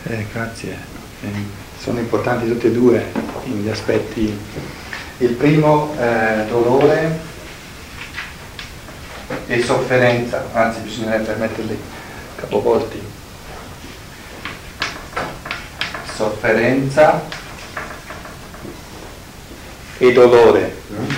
Grazie. Sono importanti tutti e due gli aspetti. Il primo, dolore e sofferenza, anzi bisognerebbe metterli capovolti. Sofferenza e dolore.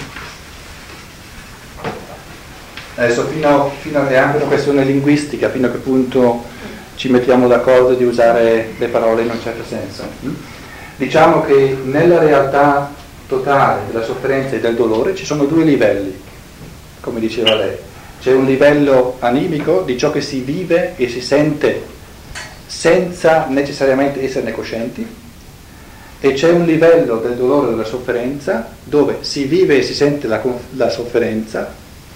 Adesso fino è anche una questione linguistica, fino a che punto ci mettiamo d'accordo di usare le parole in un certo senso. Diciamo che nella realtà totale della sofferenza e del dolore ci sono due livelli, come diceva lei. C'è un livello animico di ciò che si vive e si sente senza necessariamente esserne coscienti, e c'è un livello del dolore e della sofferenza dove si vive e si sente la sofferenza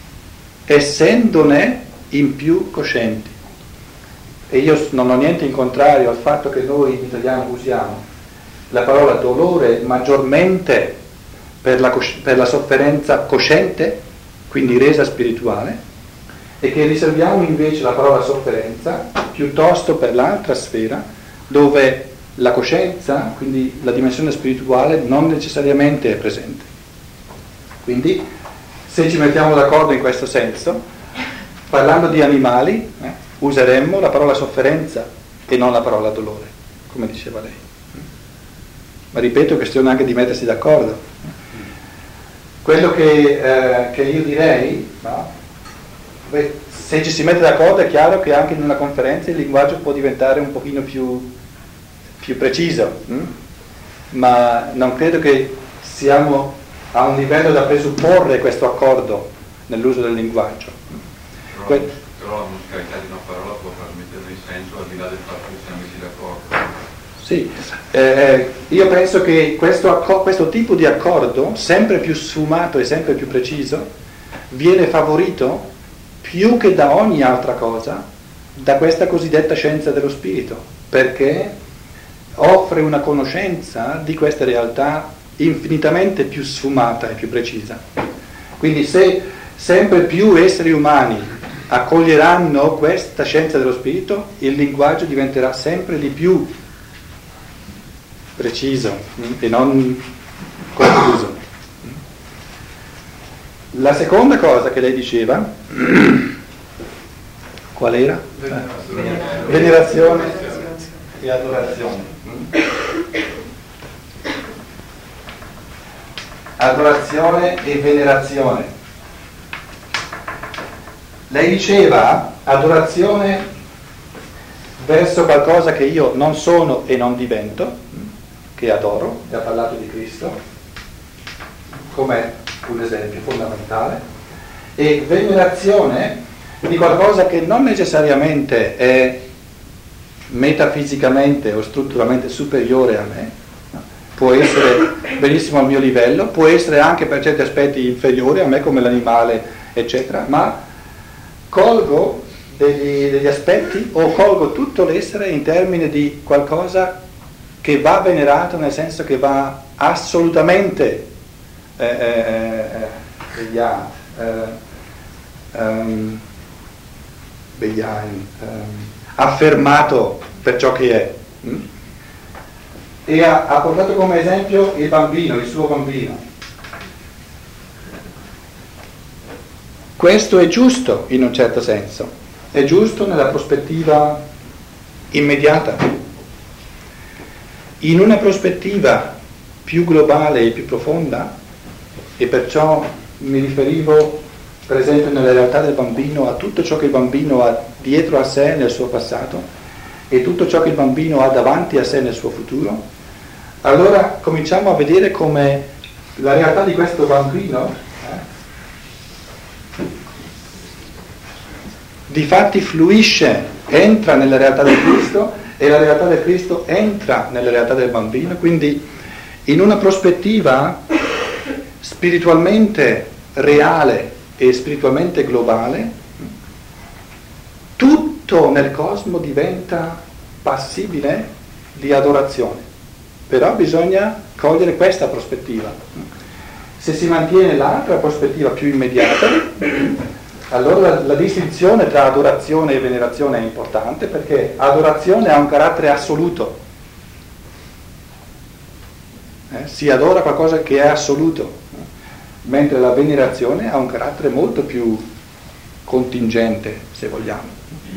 essendone in più coscienti. E io non ho niente in contrario al fatto che noi in italiano usiamo la parola dolore maggiormente per la sofferenza cosciente, quindi resa spirituale, e che riserviamo invece la parola sofferenza piuttosto per l'altra sfera, dove la coscienza, quindi la dimensione spirituale, non necessariamente è presente. Quindi, se ci mettiamo d'accordo in questo senso, parlando di animali, useremmo la parola sofferenza e non la parola dolore, come diceva lei. Ma ripeto, è questione anche di mettersi d'accordo. Quello che io direi, no? Se ci si mette d'accordo è chiaro che anche in una conferenza il linguaggio può diventare un pochino più preciso, ma non credo che siamo a un livello da presupporre questo accordo nell'uso del linguaggio. Però la musicalità di una parola può trasmettere il senso al di là del fatto che siamo messi d'accordo. Sì, io penso che questo tipo di accordo, sempre più sfumato e sempre più preciso, viene favorito più che da ogni altra cosa da questa cosiddetta scienza dello spirito, perché offre una conoscenza di queste realtà infinitamente più sfumata e più precisa. Quindi se sempre più esseri umani accoglieranno questa scienza dello spirito, il linguaggio diventerà sempre di più preciso e non confuso. La seconda cosa che lei diceva, qual era? Venerazione e adorazione. Adorazione e venerazione. Lei diceva adorazione verso qualcosa che io non sono e non divento, che adoro, e ha parlato di Cristo come un esempio fondamentale, e venerazione di qualcosa che non necessariamente è metafisicamente o strutturalmente superiore a me, può essere benissimo al mio livello, può essere anche per certi aspetti inferiore a me come l'animale, eccetera, ma colgo degli aspetti o colgo tutto l'essere in termini di qualcosa che va venerato, nel senso che va assolutamente affermato per ciò che è. E ha portato come esempio il bambino, il suo bambino. Questo è giusto in un certo senso, è giusto nella prospettiva immediata. In una prospettiva più globale e più profonda, e perciò mi riferivo per esempio nella realtà del bambino a tutto ciò che il bambino ha dietro a sé nel suo passato e tutto ciò che il bambino ha davanti a sé nel suo futuro, allora cominciamo a vedere come la realtà di questo bambino difatti fluisce, entra nella realtà del Cristo, e la realtà del Cristo entra nella realtà del bambino, quindi in una prospettiva spiritualmente reale e spiritualmente globale, tutto nel cosmo diventa passibile di adorazione. Però bisogna cogliere questa prospettiva. Se si mantiene l'altra prospettiva più immediata, allora la distinzione tra adorazione e venerazione è importante, perché adorazione ha un carattere assoluto, si adora qualcosa che è assoluto, mentre la venerazione ha un carattere molto più contingente, se vogliamo.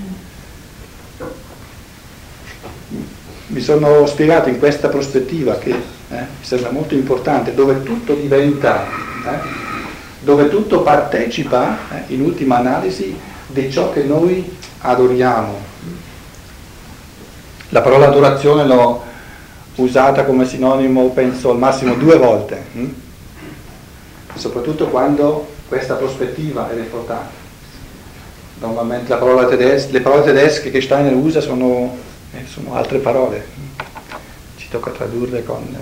Mi sono spiegato in questa prospettiva che mi sembra molto importante, dove tutto diventa, dove tutto partecipa, in ultima analisi, di ciò che noi adoriamo. La parola adorazione l'ho usata come sinonimo, penso, al massimo 2 volte, soprattutto quando questa prospettiva è riportata. Normalmente le parole tedesche che Steiner usa sono altre parole, ci tocca tradurre con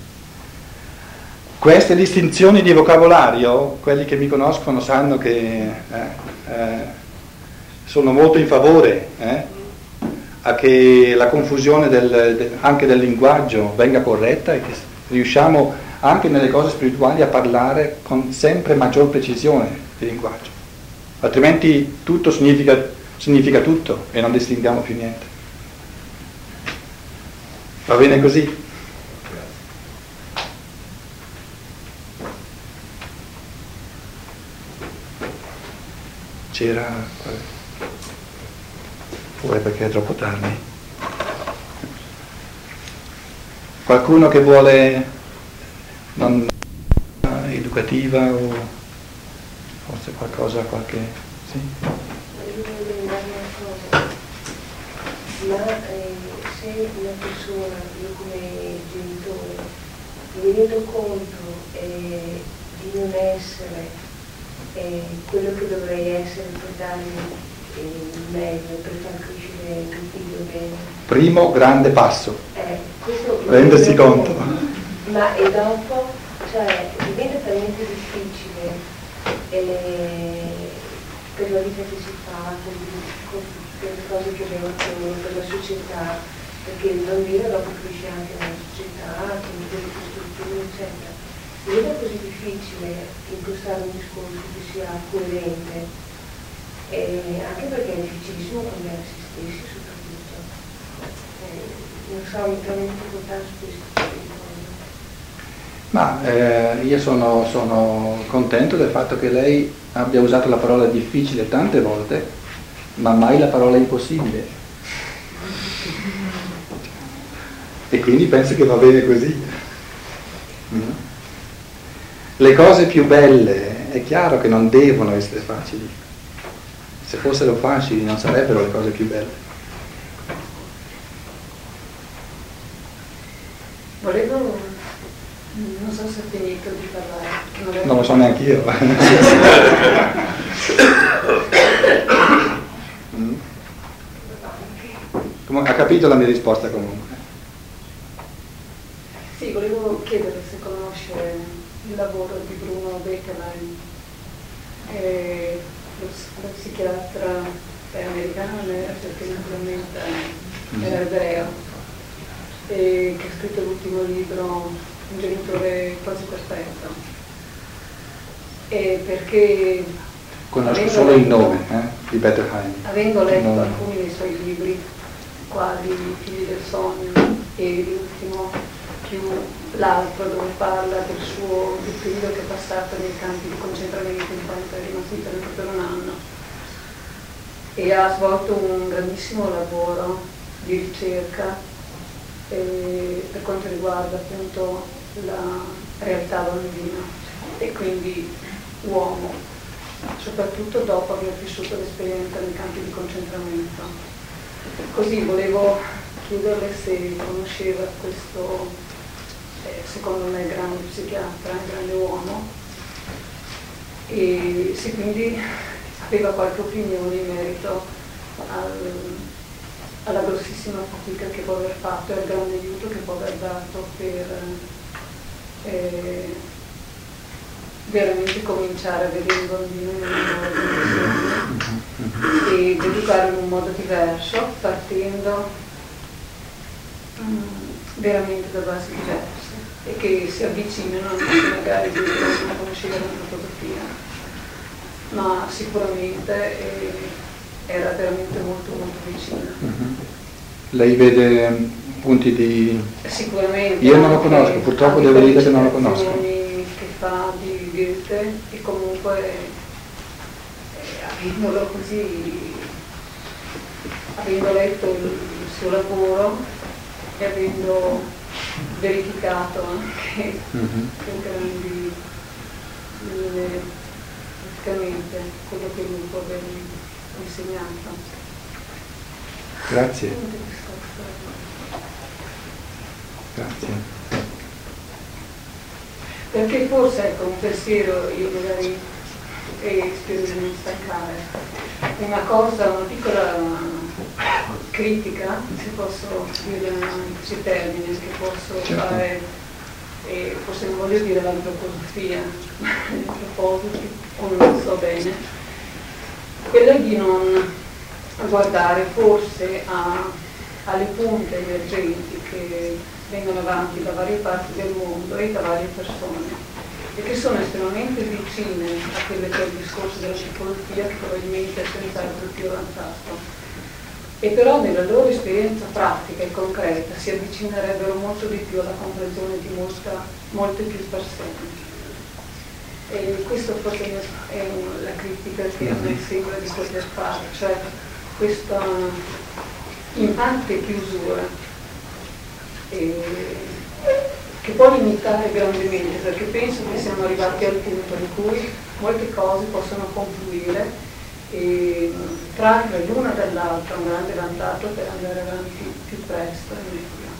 queste distinzioni di vocabolario. Quelli che mi conoscono sanno che sono molto in favore a che la confusione anche del linguaggio venga corretta e che riusciamo anche nelle cose spirituali a parlare con sempre maggior precisione di linguaggio, altrimenti tutto significa tutto e non distinguiamo più niente. Va bene così? C'era... Oppure perché è troppo tardi? Qualcuno che vuole educativa o forse qualcosa, qualche... Sì? Io voglio domandare una cosa, ma se una persona, io come genitore, mi rendo conto di non essere quello che dovrei essere per dargli il meglio, per far crescere il figlio bene. Primo grande passo, rendersi conto. Ma e dopo, cioè, diventa talmente difficile per la vita che si fa, con le cose che vengono per la società, perché il bambino dopo cresce anche nella società, con delle strutture, eccetera. Diventa così difficile impostare un discorso che sia coerente. Anche perché è difficilissimo cambiare se stessi soprattutto, non so, mi trovo in difficoltà su questo tipo di cose. Ma io sono contento del fatto che lei abbia usato la parola difficile tante volte, ma mai la parola impossibile, e quindi penso che va bene così. Le cose più belle è chiaro che non devono essere facili. Se fossero facili non sarebbero le cose più belle. Volevo, non so se ho finito di parlare. Non lo so neanche io. Ha capito la mia risposta comunque? Sì, volevo chiedere se conosce il lavoro di Bruno Beckerlein. Lo psichiatra è americano, perché naturalmente era ebreo, e che ha scritto l'ultimo libro Un genitore quasi perfetto. E perché conosco solo il nome di Bettelheim. Avendo letto alcuni dei suoi libri, quali I figli del sogno e l'ultimo, più l'altro, dove parla del periodo che è passato nei campi di concentramento in quanto è rimasto interno per un anno, e ha svolto un grandissimo lavoro di ricerca per quanto riguarda appunto la realtà bambina e quindi uomo, soprattutto dopo aver vissuto l'esperienza nei campi di concentramento. Così volevo chiederle se conosceva questo, secondo me, grande psichiatra, grande uomo, e se quindi aveva qualche opinione in merito alla grossissima fatica che può aver fatto e al grande aiuto che può aver dato per veramente cominciare a vedere il bambino in una nuova condizione e educarlo in un modo diverso, partendo veramente da basi diverse e che si avvicinano anche magari di non conoscere l'antropologia, ma sicuramente era veramente molto molto vicina. Lei vede punti di... Sicuramente. Io non lo conosco, purtroppo devo dire che non lo conosco. Che fa di Goethe e comunque avendolo così, avendo letto il suo lavoro e avendo verificato anche con grandi linee praticamente quello che lui può aver insegnato. Grazie. Grazie. Perché forse ecco un pensiero, io magari spero di non stancare, una piccola critica, se posso dire in questi termini, che posso fare, e forse non voglio dire l'antroposofia, nei propositi, o non lo so bene, quella di non guardare forse alle punte emergenti che vengono avanti da varie parti del mondo e da varie persone e che sono estremamente vicine a quelle che è il discorso della psicologia, che probabilmente è senz'altro più avanzato, e però nella loro esperienza pratica e concreta si avvicinerebbero molto di più alla comprensione di molte più persone. E questo forse è la critica che a me sembra di poter fare, cioè questa in parte chiusura che può limitare grandemente, perché penso che siamo arrivati al punto in cui molte cose possono confluire e trarre l'una dall'altra un grande vantaggio per andare avanti più presto e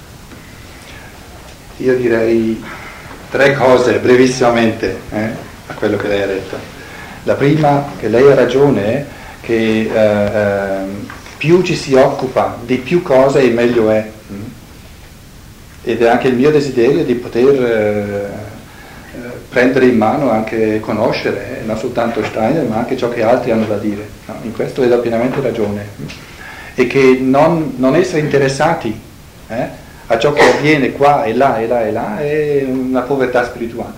meglio. Io direi 3 cose brevissimamente a quello che lei ha detto. La prima, che lei ha ragione, che più ci si occupa di più cose e meglio è, ed è anche il mio desiderio di poter prendere in mano, anche conoscere, non soltanto Steiner ma anche ciò che altri hanno da dire, no? In questo le do pienamente ragione, e che non essere interessati a ciò che avviene qua e là e là e là è una povertà spirituale,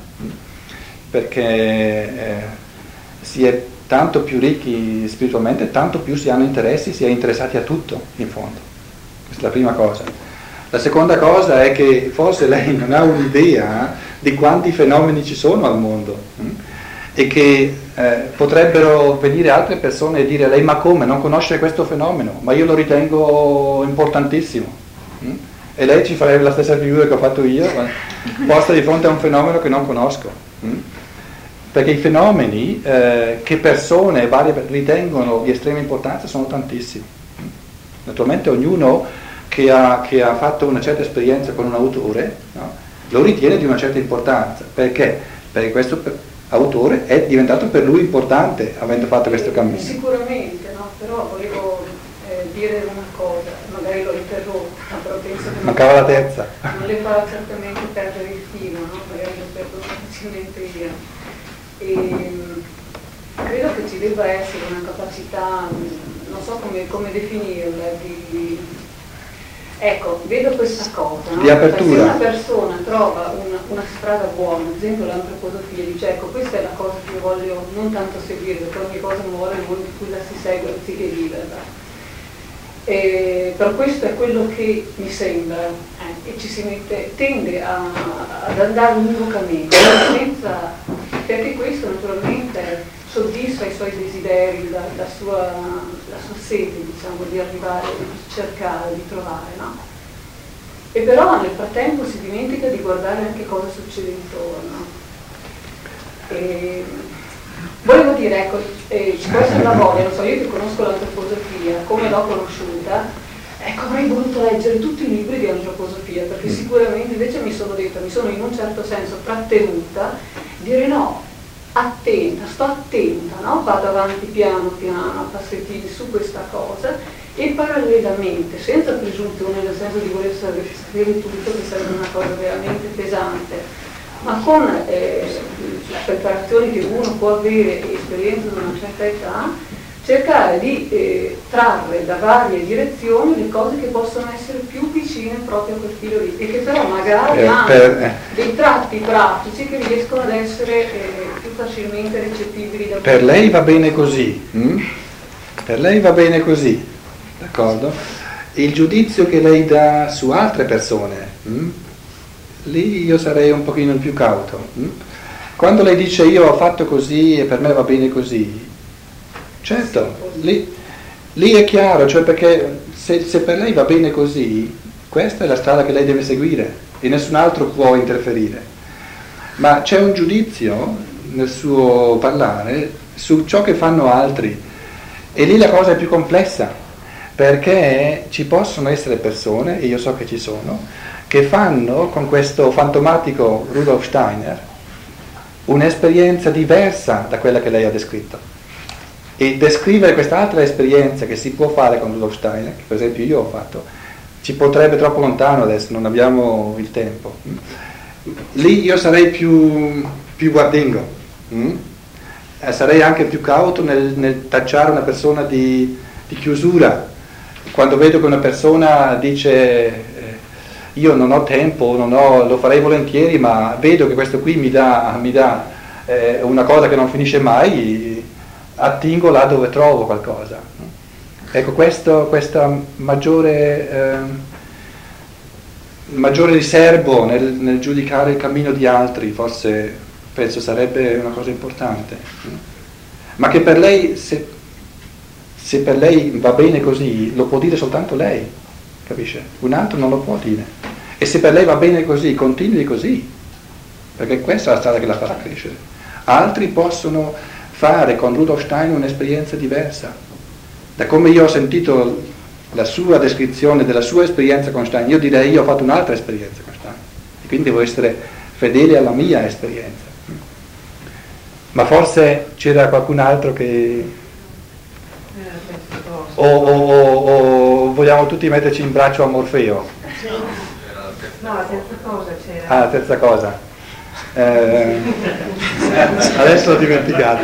perché si è tanto più ricchi spiritualmente, tanto più si hanno interessi, si è interessati a tutto, in fondo. Questa è la prima cosa. La seconda cosa è che forse lei non ha un'idea di quanti fenomeni ci sono al mondo e che potrebbero venire altre persone e dire: lei ma come, non conosce questo fenomeno? Ma io lo ritengo importantissimo. E lei ci farebbe la stessa figura che ho fatto io, posta di fronte a un fenomeno che non conosco. Perché i fenomeni che persone varie ritengono di estrema importanza sono tantissimi. Naturalmente ognuno che ha fatto una certa esperienza con un autore, no, lo ritiene di una certa importanza. Perché? Perché questo autore è diventato per lui importante avendo fatto questo cammino. Sicuramente, no? Però volevo dire una cosa, magari l'ho interrotta, però penso che mancava la terza. Non le farà certamente perdere il filo, no? Magari lo perdo facilmente io. E credo che ci debba essere una capacità, non so come definirla, ecco, vedo questa cosa, no? Di apertura. Se una persona trova una strada buona, ad esempio l'antroposofia, dice ecco questa è la cosa che io voglio non tanto seguire, perché ogni cosa muore in modo in cui la si segue anziché viverla. Per questo è quello che mi sembra, e ci si tende ad andare univocamente, perché questo naturalmente soddisfa i suoi desideri, la sua sete, diciamo, di arrivare, di cercare, di trovare, no? E però nel frattempo si dimentica di guardare anche cosa succede intorno. Volevo dire, ecco, ci può essere la voglia, non so, io che conosco l'antroposofia, come l'ho conosciuta, ecco, avrei voluto leggere tutti i libri di antroposofia, perché sicuramente invece mi sono in un certo senso trattenuta, dire no, attenta, sto attenta, no? Vado avanti piano piano, a passettini su questa cosa, e parallelamente, senza presunzione, nel senso di voler sapere tutto, che sarebbe una cosa veramente pesante, ma con la preparazione che uno può avere e esperienza di una certa età, cercare di trarre da varie direzioni le cose che possono essere più vicine proprio a quel filo lì, e che però magari hanno dei tratti pratici che riescono ad essere più facilmente recepibili da per lei va bene così, per lei va bene così, d'accordo? Il giudizio che lei dà su altre persone, lì io sarei un pochino più cauto. Quando lei dice io ho fatto così e per me va bene così, certo, lì è chiaro, cioè perché se per lei va bene così, questa è la strada che lei deve seguire e nessun altro può interferire. Ma c'è un giudizio nel suo parlare su ciò che fanno altri e lì la cosa è più complessa, perché ci possono essere persone, e io so che ci sono, che fanno con questo fantomatico Rudolf Steiner un'esperienza diversa da quella che lei ha descritto. E descrivere quest'altra esperienza che si può fare con Rudolf Steiner, che per esempio io ho fatto, ci potrebbe troppo lontano adesso, non abbiamo il tempo. Lì io sarei più guardingo, sarei anche più cauto nel tacciare una persona di chiusura. Quando vedo che una persona dice io non ho tempo, lo farei volentieri, ma vedo che questo qui mi dà una cosa che non finisce mai, attingo là dove trovo qualcosa. Ecco, questa maggiore riservo nel giudicare il cammino di altri, forse penso sarebbe una cosa importante. Ma che per lei, se per lei va bene così, lo può dire soltanto lei, capisce? Un altro non lo può dire. E se per lei va bene così, continui così, perché questa è la strada che la farà crescere. Altri possono fare con Rudolf Steiner un'esperienza diversa. Da come io ho sentito la sua descrizione della sua esperienza con Steiner, io direi io ho fatto un'altra esperienza con Steiner, e quindi devo essere fedele alla mia esperienza. Ma forse c'era qualcun altro che... o vogliamo tutti metterci in braccio a Morfeo? No, la terza cosa c'era. Ah, la terza cosa. Adesso l'ho dimenticata.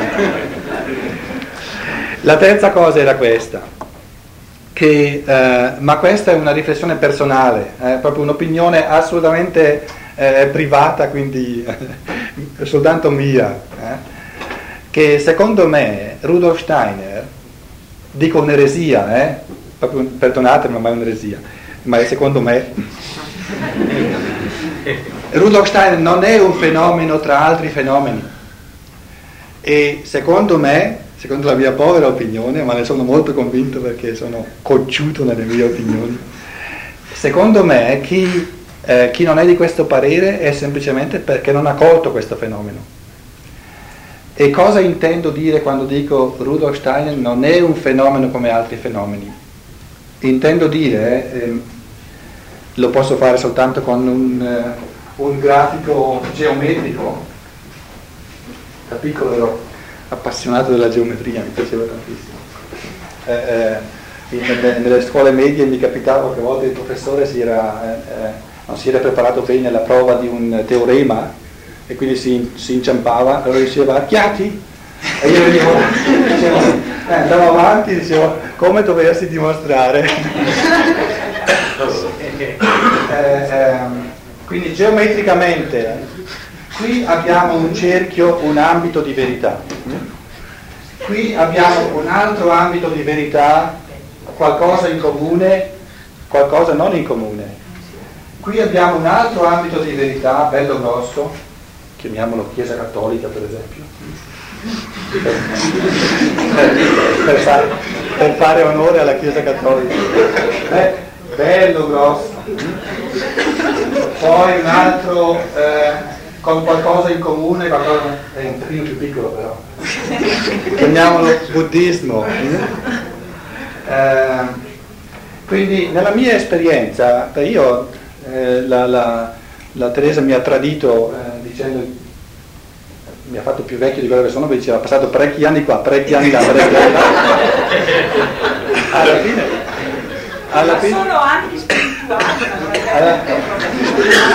La terza cosa era questa, che, ma questa è una riflessione personale, proprio un'opinione assolutamente privata, quindi soltanto mia, che secondo me Rudolf Steiner, dico un'eresia, proprio, perdonatemi, ma è un'eresia, ma secondo me Rudolf Steiner non è un fenomeno tra altri fenomeni, e secondo me, secondo la mia povera opinione, ma ne sono molto convinto perché sono cocciuto nelle mie opinioni, secondo me chi non è di questo parere è semplicemente perché non ha colto questo fenomeno. E cosa intendo dire quando dico Rudolf Steiner non è un fenomeno come altri fenomeni? Intendo dire, lo posso fare soltanto con un grafico geometrico. Da piccolo ero appassionato della geometria, mi piaceva tantissimo. Nelle scuole medie mi capitava che a volte il professore non si era preparato bene alla prova di un teorema e quindi si inciampava, allora diceva "Chiati?" e io andavo avanti e dicevo "come doversi dimostrare?" Quindi geometricamente qui abbiamo un cerchio, un ambito di verità, qui abbiamo un altro ambito di verità, qualcosa in comune, qualcosa non in comune, qui abbiamo un altro ambito di verità bello grosso, chiamiamolo Chiesa Cattolica per esempio, per fare onore alla Chiesa Cattolica, bello grosso, poi un altro con qualcosa in comune, qualcosa è un pochino più piccolo però, chiamiamolo buddismo. Quindi nella mia esperienza, io la Teresa mi ha tradito dicendo, mi ha fatto più vecchio di quello che sono, mi diceva passato parecchi anni qua, parecchi anni là, parecchi anni là. Alla fine sono anche spirituali.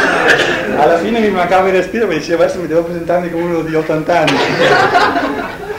Alla fine mi mancava il respiro, mi diceva adesso mi devo presentarmi come uno di 80 anni.